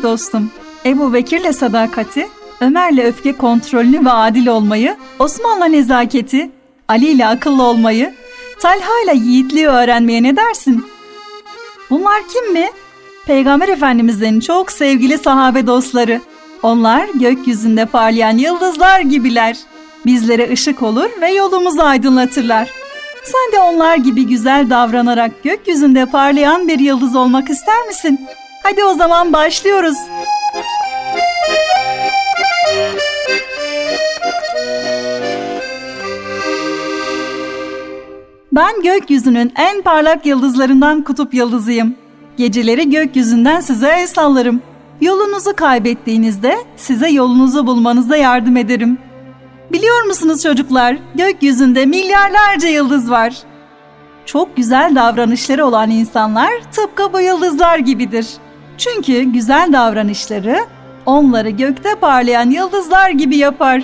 dostum. Ebubekir'le sadakati, Ömer'le öfke kontrolünü ve adil olmayı, Osman'la nezaketi, Ali'yle akıllı olmayı, Talha'yla yiğitliği öğrenmeye ne dersin? Bunlar kim mi? Peygamber Efendimiz'in çok sevgili sahabe dostları. Onlar gökyüzünde parlayan yıldızlar gibiler. Bizlere ışık olur ve yolumuzu aydınlatırlar. Sen de onlar gibi güzel davranarak gökyüzünde parlayan bir yıldız olmak ister misin? Hadi o zaman başlıyoruz. Ben gökyüzünün en parlak yıldızlarından kutup yıldızıyım. Geceleri gökyüzünden size el sallarım. Yolunuzu kaybettiğinizde size yolunuzu bulmanıza yardım ederim. Biliyor musunuz çocuklar, gökyüzünde milyarlarca yıldız var. Çok güzel davranışları olan insanlar tıpkı bu yıldızlar gibidir. Çünkü güzel davranışları onları gökte parlayan yıldızlar gibi yapar.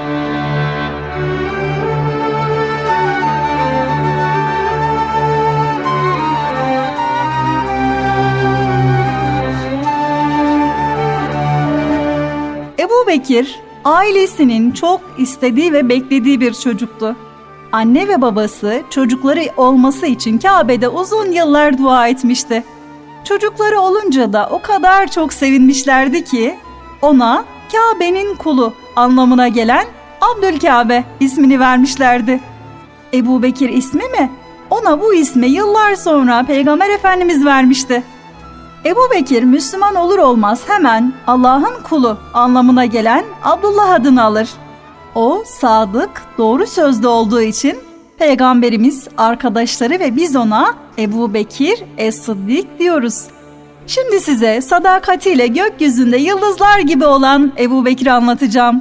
Ebubekir, ailesinin çok istediği ve beklediği bir çocuktu. Anne ve babası çocukları olması için Kabe'de uzun yıllar dua etmişti. Çocukları olunca da o kadar çok sevinmişlerdi ki ona Kabe'nin kulu anlamına gelen Abdülkabe ismini vermişlerdi. Ebubekir ismi mi? Ona bu ismi yıllar sonra Peygamber Efendimiz vermişti. Ebubekir Müslüman olur olmaz hemen Allah'ın kulu anlamına gelen Abdullah adını alır. O sadık, doğru sözlü olduğu için Peygamberimiz, arkadaşları ve biz ona Ebubekir Es-Sıddik diyoruz. Şimdi size sadakatiyle gökyüzünde yıldızlar gibi olan Ebubekir'i anlatacağım.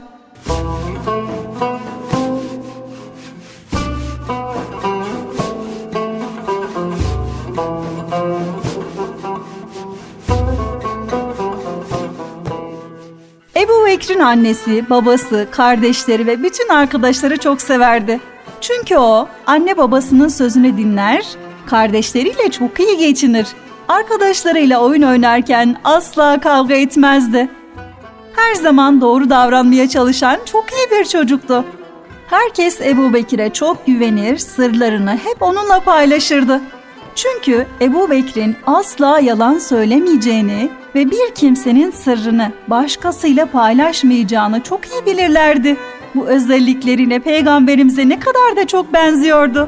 Ebubekir'in annesi, babası, kardeşleri ve bütün arkadaşları çok severdi. Çünkü o anne babasının sözünü dinler, kardeşleriyle çok iyi geçinir. Arkadaşlarıyla oyun oynarken asla kavga etmezdi. Her zaman doğru davranmaya çalışan çok iyi bir çocuktu. Herkes Ebubekir'e çok güvenir, sırlarını hep onunla paylaşırdı. Çünkü Ebubekir'in asla yalan söylemeyeceğini ve bir kimsenin sırrını başkasıyla paylaşmayacağını çok iyi bilirlerdi. Bu özellikleriyle Peygamberimize ne kadar da çok benziyordu.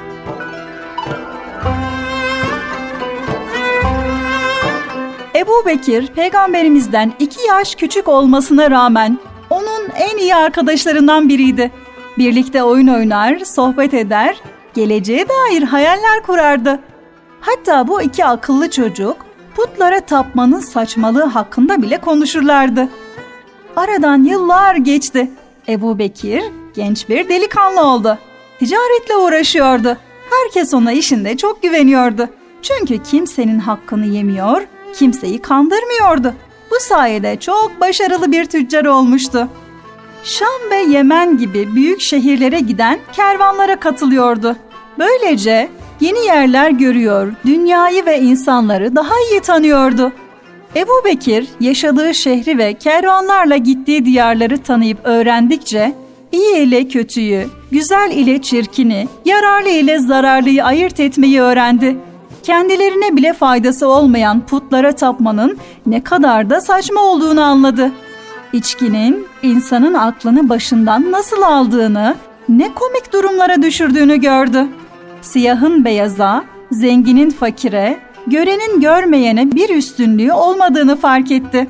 Ebubekir, Peygamberimizden 2 yaş küçük olmasına rağmen onun en iyi arkadaşlarından biriydi. Birlikte oyun oynar, sohbet eder, geleceğe dair hayaller kurardı. Hatta bu 2 akıllı çocuk putlara tapmanın saçmalığı hakkında bile konuşurlardı. Aradan yıllar geçti. Ebubekir genç bir delikanlı oldu. Ticaretle uğraşıyordu. Herkes ona işinde çok güveniyordu. Çünkü kimsenin hakkını yemiyor, kimseyi kandırmıyordu. Bu sayede çok başarılı bir tüccar olmuştu. Şam ve Yemen gibi büyük şehirlere giden kervanlara katılıyordu. Böylece yeni yerler görüyor, dünyayı ve insanları daha iyi tanıyordu. Ebubekir yaşadığı şehri ve kervanlarla gittiği diyarları tanıyıp öğrendikçe iyi ile kötüyü, güzel ile çirkini, yararlı ile zararlıyı ayırt etmeyi öğrendi. Kendilerine bile faydası olmayan putlara tapmanın ne kadar da saçma olduğunu anladı. İçkinin insanın aklını başından nasıl aldığını, ne komik durumlara düşürdüğünü gördü. Siyahın beyaza, zenginin fakire, görenin görmeyene bir üstünlüğü olmadığını fark etti.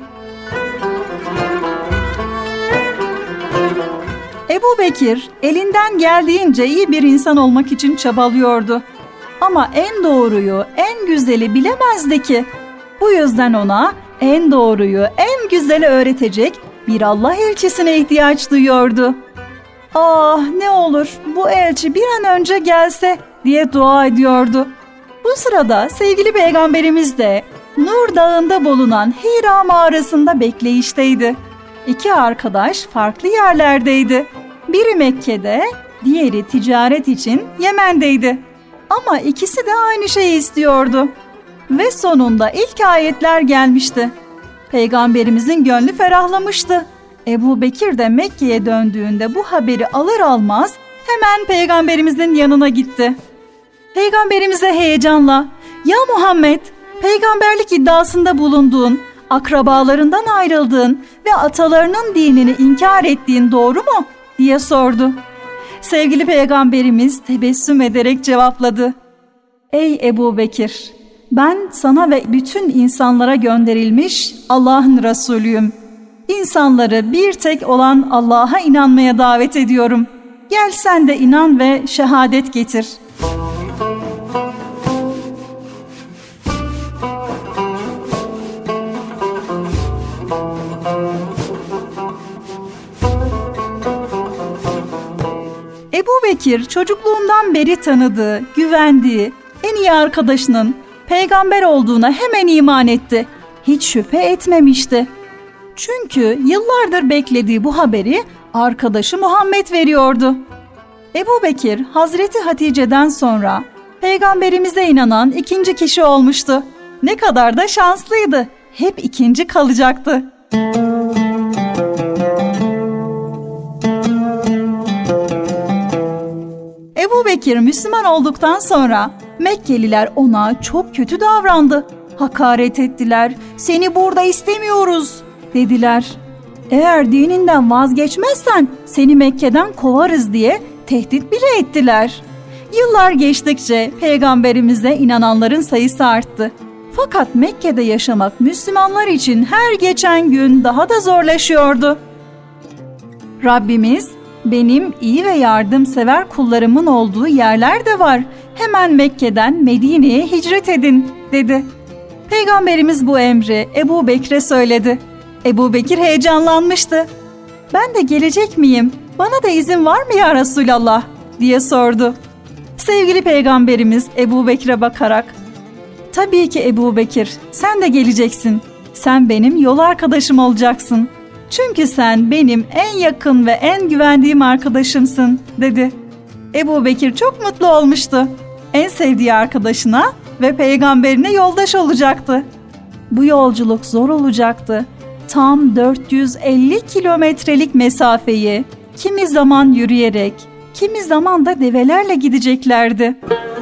Ebubekir elinden geldiğince iyi bir insan olmak için çabalıyordu. Ama en doğruyu, en güzeli bilemezdi ki. Bu yüzden ona en doğruyu, en güzeli öğretecek bir Allah elçisine ihtiyaç duyuyordu. "Ah, ne olur bu elçi bir an önce gelse," diye dua ediyordu. Bu sırada sevgili Peygamberimiz de Nur Dağı'nda bulunan Hira mağarasında bekleyişteydi. 2 arkadaş farklı yerlerdeydi. Biri Mekke'de, diğeri ticaret için Yemen'deydi. Ama ikisi de aynı şeyi istiyordu. Ve sonunda ilk ayetler gelmişti. Peygamberimizin gönlü ferahlamıştı. Ebu Bekir de Mekke'ye döndüğünde bu haberi alır almaz hemen Peygamberimizin yanına gitti. Peygamberimize heyecanla, "Ya Muhammed, peygamberlik iddiasında bulunduğun, akrabalarından ayrıldığın ve atalarının dinini inkar ettiğin doğru mu?" diye sordu. Sevgili Peygamberimiz tebessüm ederek cevapladı. "Ey Ebu Bekir, ben sana ve bütün insanlara gönderilmiş Allah'ın Resulüyüm. İnsanları bir tek olan Allah'a inanmaya davet ediyorum. Gel sen de inan ve şehadet getir." Ebu Bekir çocukluğundan beri tanıdığı, güvendiği, en iyi arkadaşının peygamber olduğuna hemen iman etti. Hiç şüphe etmemişti. Çünkü yıllardır beklediği bu haberi arkadaşı Muhammed veriyordu. Ebu Bekir, Hazreti Hatice'den sonra peygamberimize inanan ikinci kişi olmuştu. Ne kadar da şanslıydı. Hep ikinci kalacaktı. Ebu Bekir Müslüman olduktan sonra Mekkeliler ona çok kötü davrandı. Hakaret ettiler. "Seni burada istemiyoruz," dediler. "Eğer dininden vazgeçmezsen seni Mekke'den kovarız," diye tehdit bile ettiler. Yıllar geçtikçe peygamberimize inananların sayısı arttı. Fakat Mekke'de yaşamak Müslümanlar için her geçen gün daha da zorlaşıyordu. Rabbimiz, "Benim iyi ve yardımsever kullarımın olduğu yerler de var. Hemen Mekke'den Medine'ye hicret edin," dedi. Peygamberimiz bu emri Ebu Bekir'e söyledi. Ebu Bekir heyecanlanmıştı. "Ben de gelecek miyim? Bana da izin var mı ya Resulallah?" diye sordu. Sevgili Peygamberimiz Ebu Bekir'e bakarak, "Tabii ki Ebu Bekir, sen de geleceksin. Sen benim yol arkadaşım olacaksın. Çünkü sen benim en yakın ve en güvendiğim arkadaşımsın," dedi. Ebu Bekir çok mutlu olmuştu. En sevdiği arkadaşına ve peygamberine yoldaş olacaktı. Bu yolculuk zor olacaktı. Tam 450 kilometrelik mesafeyi kimi zaman yürüyerek, kimi zaman da develerle gideceklerdi.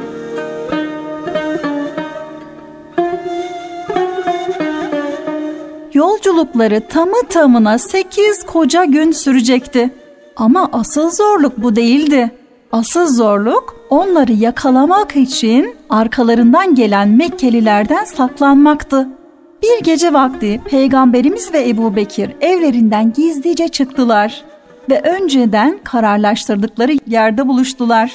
Yolculukları tamı tamına 8 koca gün sürecekti. Ama asıl zorluk bu değildi. Asıl zorluk onları yakalamak için arkalarından gelen Mekkelilerden saklanmaktı. Bir gece vakti Peygamberimiz ve Ebu Bekir evlerinden gizlice çıktılar ve önceden kararlaştırdıkları yerde buluştular.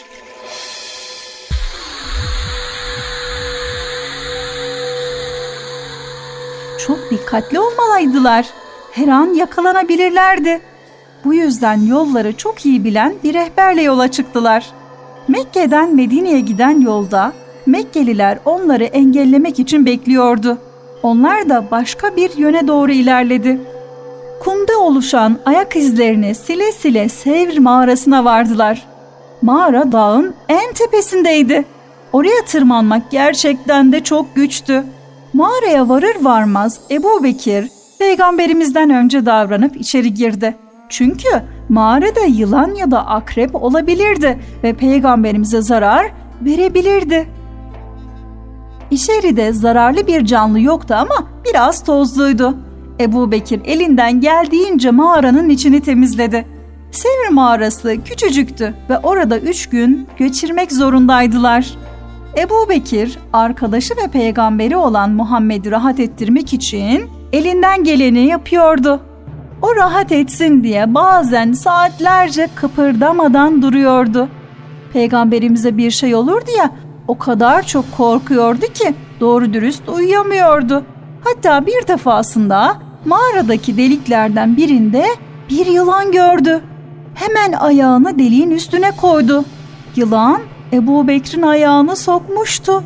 Çok dikkatli olmalıydılar. Her an yakalanabilirlerdi. Bu yüzden yolları çok iyi bilen bir rehberle yola çıktılar. Mekke'den Medine'ye giden yolda Mekkeliler onları engellemek için bekliyordu. Onlar da başka bir yöne doğru ilerledi. Kumda oluşan ayak izlerini sile sile Sevr mağarasına vardılar. Mağara dağın en tepesindeydi. Oraya tırmanmak gerçekten de çok güçtü. Mağaraya varır varmaz Ebu Bekir peygamberimizden önce davranıp içeri girdi. Çünkü mağarada yılan ya da akrep olabilirdi ve peygamberimize zarar verebilirdi. İçeride zararlı bir canlı yoktu ama biraz tozluydu. Ebu Bekir elinden geldiğince mağaranın içini temizledi. Sevr mağarası küçücüktü ve orada 3 gün geçirmek zorundaydılar. Ebu Bekir, arkadaşı ve peygamberi olan Muhammed'i rahat ettirmek için elinden geleni yapıyordu. O rahat etsin diye bazen saatlerce kıpırdamadan duruyordu. Peygamberimize bir şey olurdu ya, o kadar çok korkuyordu ki doğru dürüst uyuyamıyordu. Hatta bir defasında mağaradaki deliklerden birinde bir yılan gördü. Hemen ayağını deliğin üstüne koydu. Yılan Ebu Bekir'in ayağını sokmuştu.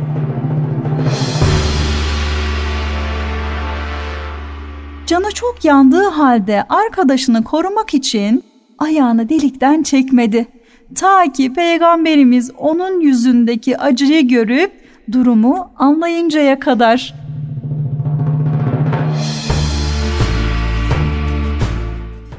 Canı çok yandığı halde arkadaşını korumak için ayağını delikten çekmedi. Ta ki Peygamberimiz onun yüzündeki acıyı görüp durumu anlayıncaya kadar.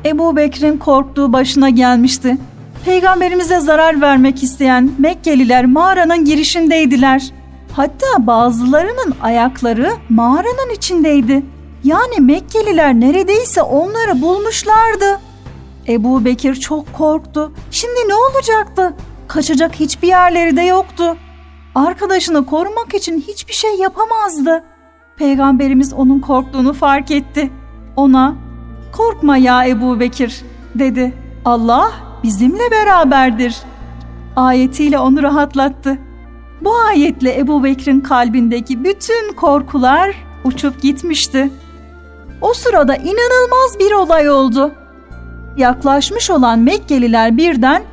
Ebu Bekir'in korktuğu başına gelmişti. Peygamberimize zarar vermek isteyen Mekkeliler mağaranın girişindeydiler. Hatta bazılarının ayakları mağaranın içindeydi. Yani Mekkeliler neredeyse onları bulmuşlardı. Ebu Bekir çok korktu. Şimdi ne olacaktı? Kaçacak hiçbir yerleri de yoktu. Arkadaşını korumak için hiçbir şey yapamazdı. Peygamberimiz onun korktuğunu fark etti. Ona, "Korkma ya Ebu Bekir," dedi. "Allah bizimle beraberdir." Ayetiyle onu rahatlattı. Bu ayetle Ebu Bekir'in kalbindeki bütün korkular uçup gitmişti. O sırada inanılmaz bir olay oldu. Yaklaşmış olan Mekkeliler birden,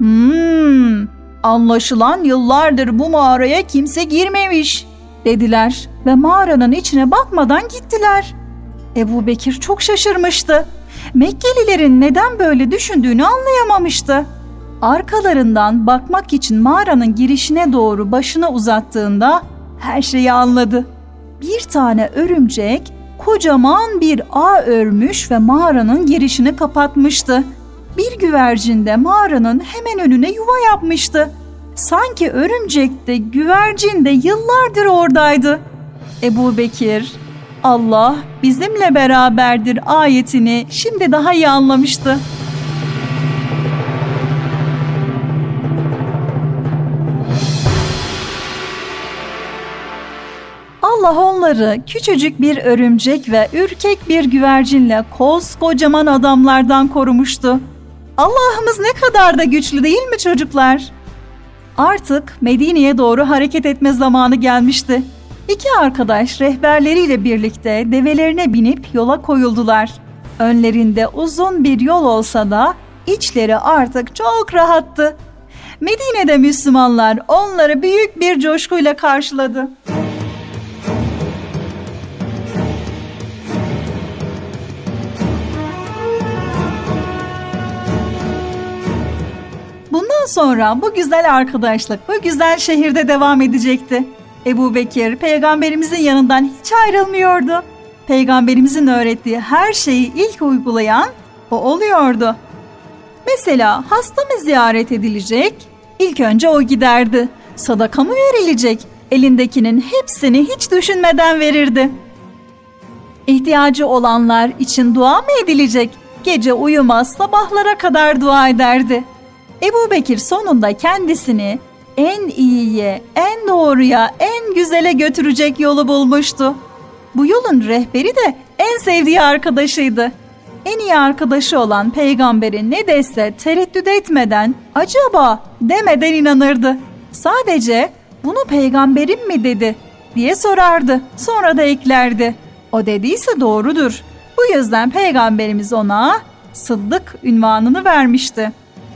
"Anlaşılan yıllardır bu mağaraya kimse girmemiş," dediler ve mağaranın içine bakmadan gittiler. Ebu Bekir çok şaşırmıştı. Mekkelilerin neden böyle düşündüğünü anlayamamıştı. Arkalarından bakmak için mağaranın girişine doğru başını uzattığında her şeyi anladı. Bir tane örümcek kocaman bir ağ örmüş ve mağaranın girişini kapatmıştı. Bir güvercin de mağaranın hemen önüne yuva yapmıştı. Sanki örümcek de güvercin de yıllardır oradaydı. Ebu Bekir, "Allah bizimle beraberdir" ayetini şimdi daha iyi anlamıştı. Allah onları küçücük bir örümcek ve ürkek bir güvercinle koskocaman adamlardan korumuştu. Allah'ımız ne kadar da güçlü değil mi çocuklar? Artık Medine'ye doğru hareket etme zamanı gelmişti. İki arkadaş rehberleriyle birlikte develerine binip yola koyuldular. Önlerinde uzun bir yol olsa da içleri artık çok rahattı. Medine'de Müslümanlar onları büyük bir coşkuyla karşıladı. Bundan sonra bu güzel arkadaşlık bu güzel şehirde devam edecekti. Ebu Bekir Peygamberimizin yanından hiç ayrılmıyordu. Peygamberimizin öğrettiği her şeyi ilk uygulayan o oluyordu. Mesela hasta mı ziyaret edilecek? İlk önce o giderdi. Sadaka mı verilecek? Elindekinin hepsini hiç düşünmeden verirdi. İhtiyacı olanlar için dua mı edilecek? Gece uyumaz sabahlara kadar dua ederdi. Ebu Bekir sonunda kendisini en iyiye, en doğruya, en güzele götürecek yolu bulmuştu. Bu yolun rehberi de en sevdiği arkadaşıydı. En iyi arkadaşı olan peygamberin ne dese tereddüt etmeden, acaba demeden inanırdı. Sadece "Bunu peygamberim mi dedi?" diye sorardı. Sonra da eklerdi. O dediyse doğrudur. Bu yüzden peygamberimiz ona Sıddık unvanını vermişti.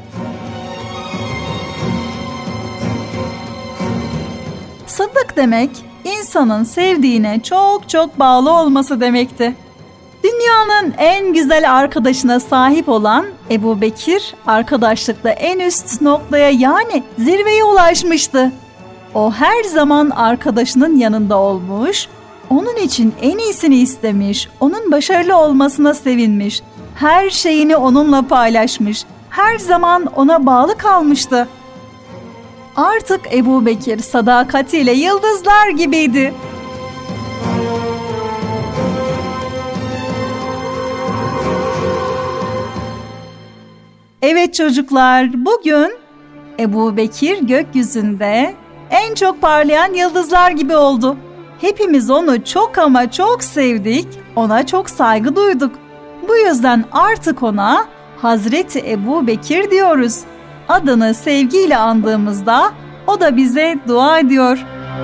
Sıddık demek, insanın sevdiğine çok çok bağlı olması demekti. Dünyanın en güzel arkadaşına sahip olan Ebu Bekir, arkadaşlıkta en üst noktaya yani zirveye ulaşmıştı. O her zaman arkadaşının yanında olmuş, onun için en iyisini istemiş, onun başarılı olmasına sevinmiş, her şeyini onunla paylaşmış, her zaman ona bağlı kalmıştı. Artık Ebu Bekir sadakatiyle yıldızlar gibiydi. Evet çocuklar, bugün Ebu Bekir gökyüzünde en çok parlayan yıldızlar gibi oldu. Hepimiz onu çok ama çok sevdik, ona çok saygı duyduk. Bu yüzden artık ona Hazreti Ebu Bekir diyoruz. Adını sevgiyle andığımızda o da bize dua ediyor.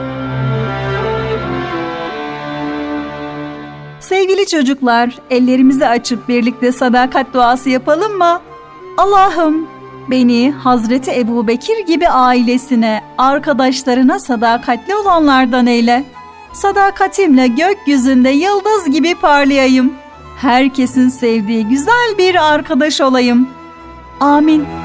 Sevgili çocuklar, ellerimizi açıp birlikte sadakat duası yapalım mı? Allah'ım, beni Hazreti Ebu Bekir gibi ailesine, arkadaşlarına sadakatli olanlardan eyle. Sadakatimle gökyüzünde yıldız gibi parlayayım. Herkesin sevdiği güzel bir arkadaş olayım. Amin.